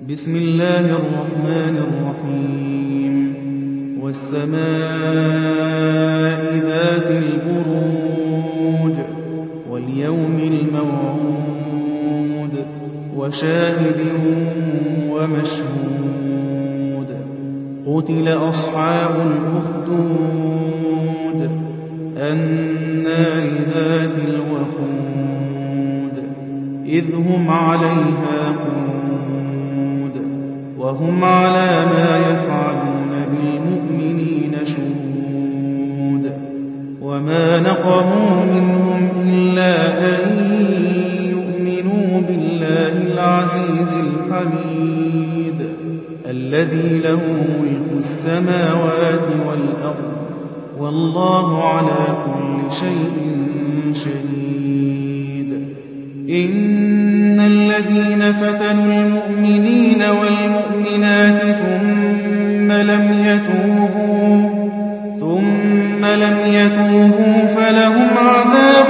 بسم الله الرحمن الرحيم والسماء ذات البروج واليوم الموعود وشاهد ومشهود قتل أصحاب الأخدود النار ذات الوقود إذ هم عليها قعود وهم على ما يفعلون بالمؤمنين شهود وما نقموا منهم إلا أن يؤمنوا بالله العزيز الحميد الذي له ملك السماوات والأرض والله على كل شيء شهيد إن الذين فتنوا المؤمنين والمؤمنات ثم لم يتوبوا فلهم عذاب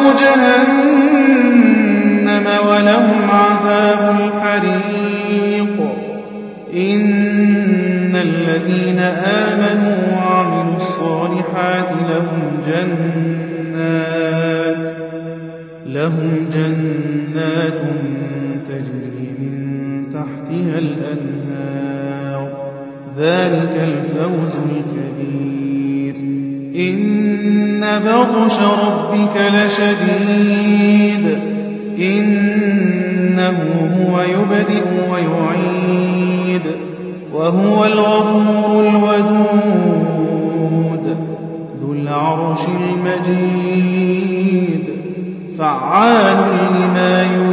جهنم ولهم عذاب الحريق إن الذين آمنوا وعملوا الصالحات لهم جنات تجري من تحتها الأنهار ذلك الفوز الكبير إن بطش ربك لشديد إنه هو يبدئ ويعيد وهو الغفور الودود ذو العرش المجيد فعال لما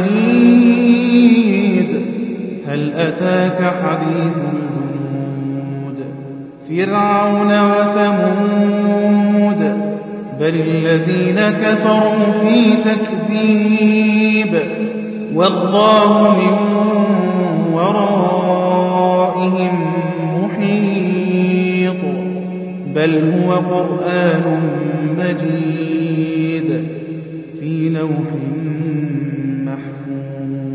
يريد هل أتاك حديث الجنود فرعون وثمود بل الذين كفروا في تكذيب والله من ورائهم محيط بل هو قرآن مجيد في لوح محفوظ